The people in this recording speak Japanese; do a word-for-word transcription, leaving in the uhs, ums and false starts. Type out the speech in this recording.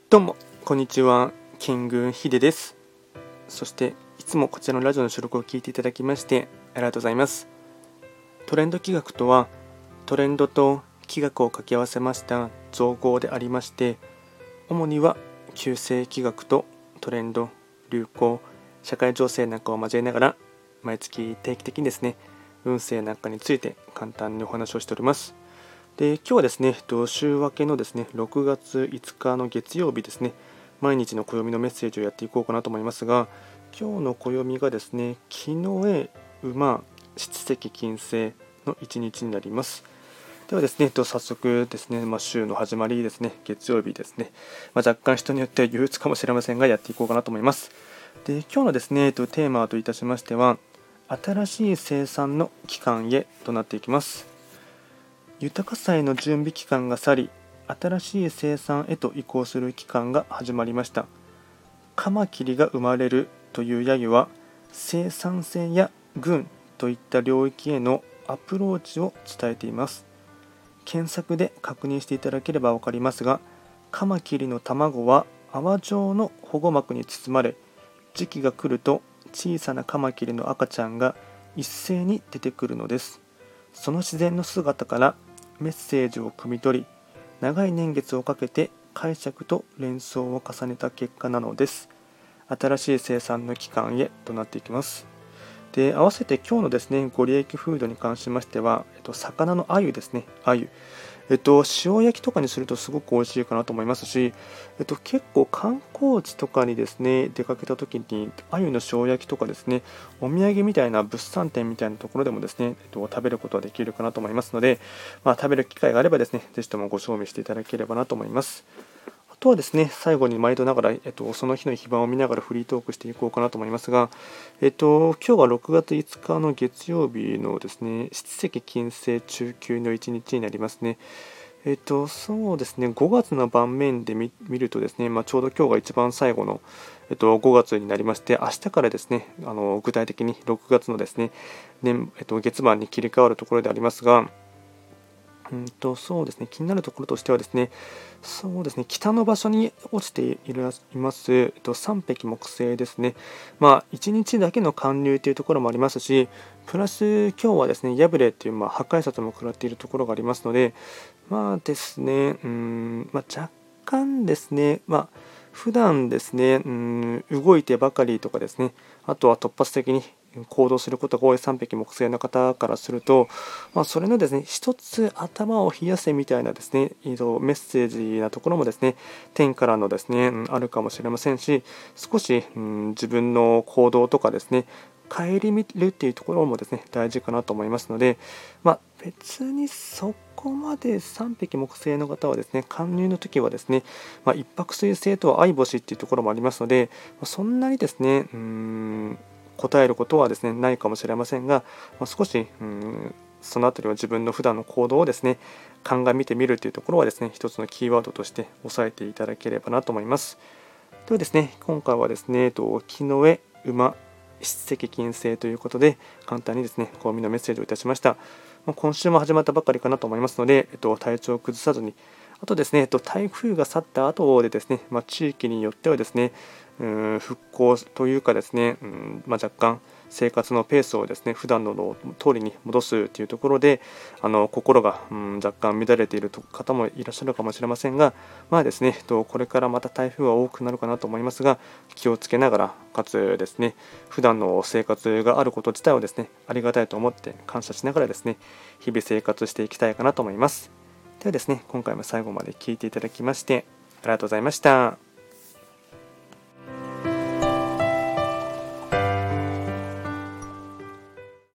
どうもこんにちは、キングヒデです。そしていつもこちらのラジオの収録を聞いていただきましてありがとうございます。トレンド企画とは、トレンドと企画を掛け合わせました造語でありまして、主には旧世企画とトレンド、流行、社会情勢なんかを交えながら毎月定期的にですね、運勢なんかについて簡単にお話をしております。で今日はですね、週明けのですね、ろくがついつかの月曜日ですね、毎日の暦のメッセージをやっていこうかなと思いますが、今日の暦がですね、木の絵、馬、七石金星の一日になります。ではですね、早速ですね、まあ、週の始まりですね、月曜日ですね、まあ、若干人によっては憂鬱かもしれませんが、やっていこうかなと思います。で今日のですね、テーマといたしましては、新しい生産の期間へとなっていきます。豊かさへの準備期間が去り、新しい生産へと移行する期間が始まりました。カマキリが生まれるという揶揄は、生産性や軍といった領域へのアプローチを伝えています。検索で確認していただければわかりますが、カマキリの卵は泡状の保護膜に包まれ、時期が来ると小さなカマキリの赤ちゃんが一斉に出てくるのです。その自然の姿からメッセージを汲み取り、長い年月をかけて解釈と連想を重ねた結果なのです。新しい生産の期間へとなっていきます。で合わせて今日のですね、ご利益フードに関しましては、えっと、魚の鮎ですね、鮎。えっと、塩焼きとかにするとすごく美味しいかなと思いますし、えっと、結構観光地とかにですね、出かけた時に、鮎の塩焼きとかですね、お土産みたいな物産展みたいなところでもですね、えっと、食べることができるかなと思いますので、まあ、食べる機会があればですね、ぜひともご賞味していただければなと思います。あとはですね、最後に毎度ながら、えっと、その日の非番を見ながらフリートークしていこうかなと思いますが、えっと、今日はろくがついつかの月曜日のですね、七石金星中級の一日になりますね。えっと、そうですね、ごがつの盤面で 見, 見るとですね、まあ、ちょうど今日が一番最後の、えっと、ごがつになりまして、明日からですね、あの具体的にろくがつのですね、年えっと、月番に切り替わるところでありますが、うんとそうですね、気になるところとしてはですね、そうですね、北の場所に落ちているいます、えっと、さん匹木星ですね。まあ、いちにちだけの寒流というところもありますし、プラス今日はですね、ヤブレという、まあ、破壊殺も食らっているところがありますので、まあですね、うん、まあ、若干ですね、まあ、普段ですね、うん、動いてばかりとかですね、あとは突発的に行動することが多いさん匹木星の方からすると、まあ、それのですね、一つ頭を冷やせみたいなですね、メッセージなところもですね、天からのですね、あるかもしれませんし、少し、うん、自分の行動とかですね、顧みるっていうところもですね、大事かなと思いますので、まあ、別にそこまでさん匹木星の方はですね、貫入の時はですね、まあ、一泊水星とは相星っていうところもありますので、そんなにですね、うーん答えることはですね、ないかもしれませんが、まあ、少しうーんそのあたりは自分の普段の行動をですね、鑑みてみるというところはですね、一つのキーワードとして押さえていただければなと思います。ではですね、今回はですね、木の絵、馬、七石金星ということで、簡単にですね、暦のメッセージをいたしました。今週も始まったばかりかなと思いますので、えっと、体調を崩さずに、あとですね、えっと、台風が去った後でですね、まあ、地域によってはですね、うーん復興というかですね、うんまあ、若干生活のペースをですね、普段の通りに戻すというところで、あの心が、うん、若干乱れている方もいらっしゃるかもしれませんが、まあですね、これからまた台風は多くなるかなと思いますが、気をつけながら、かつですね、普段の生活があること自体をですね、ありがたいと思って感謝しながらですね、日々生活していきたいかなと思います。ではですね、今回も最後まで聞いていただきましてありがとうございました。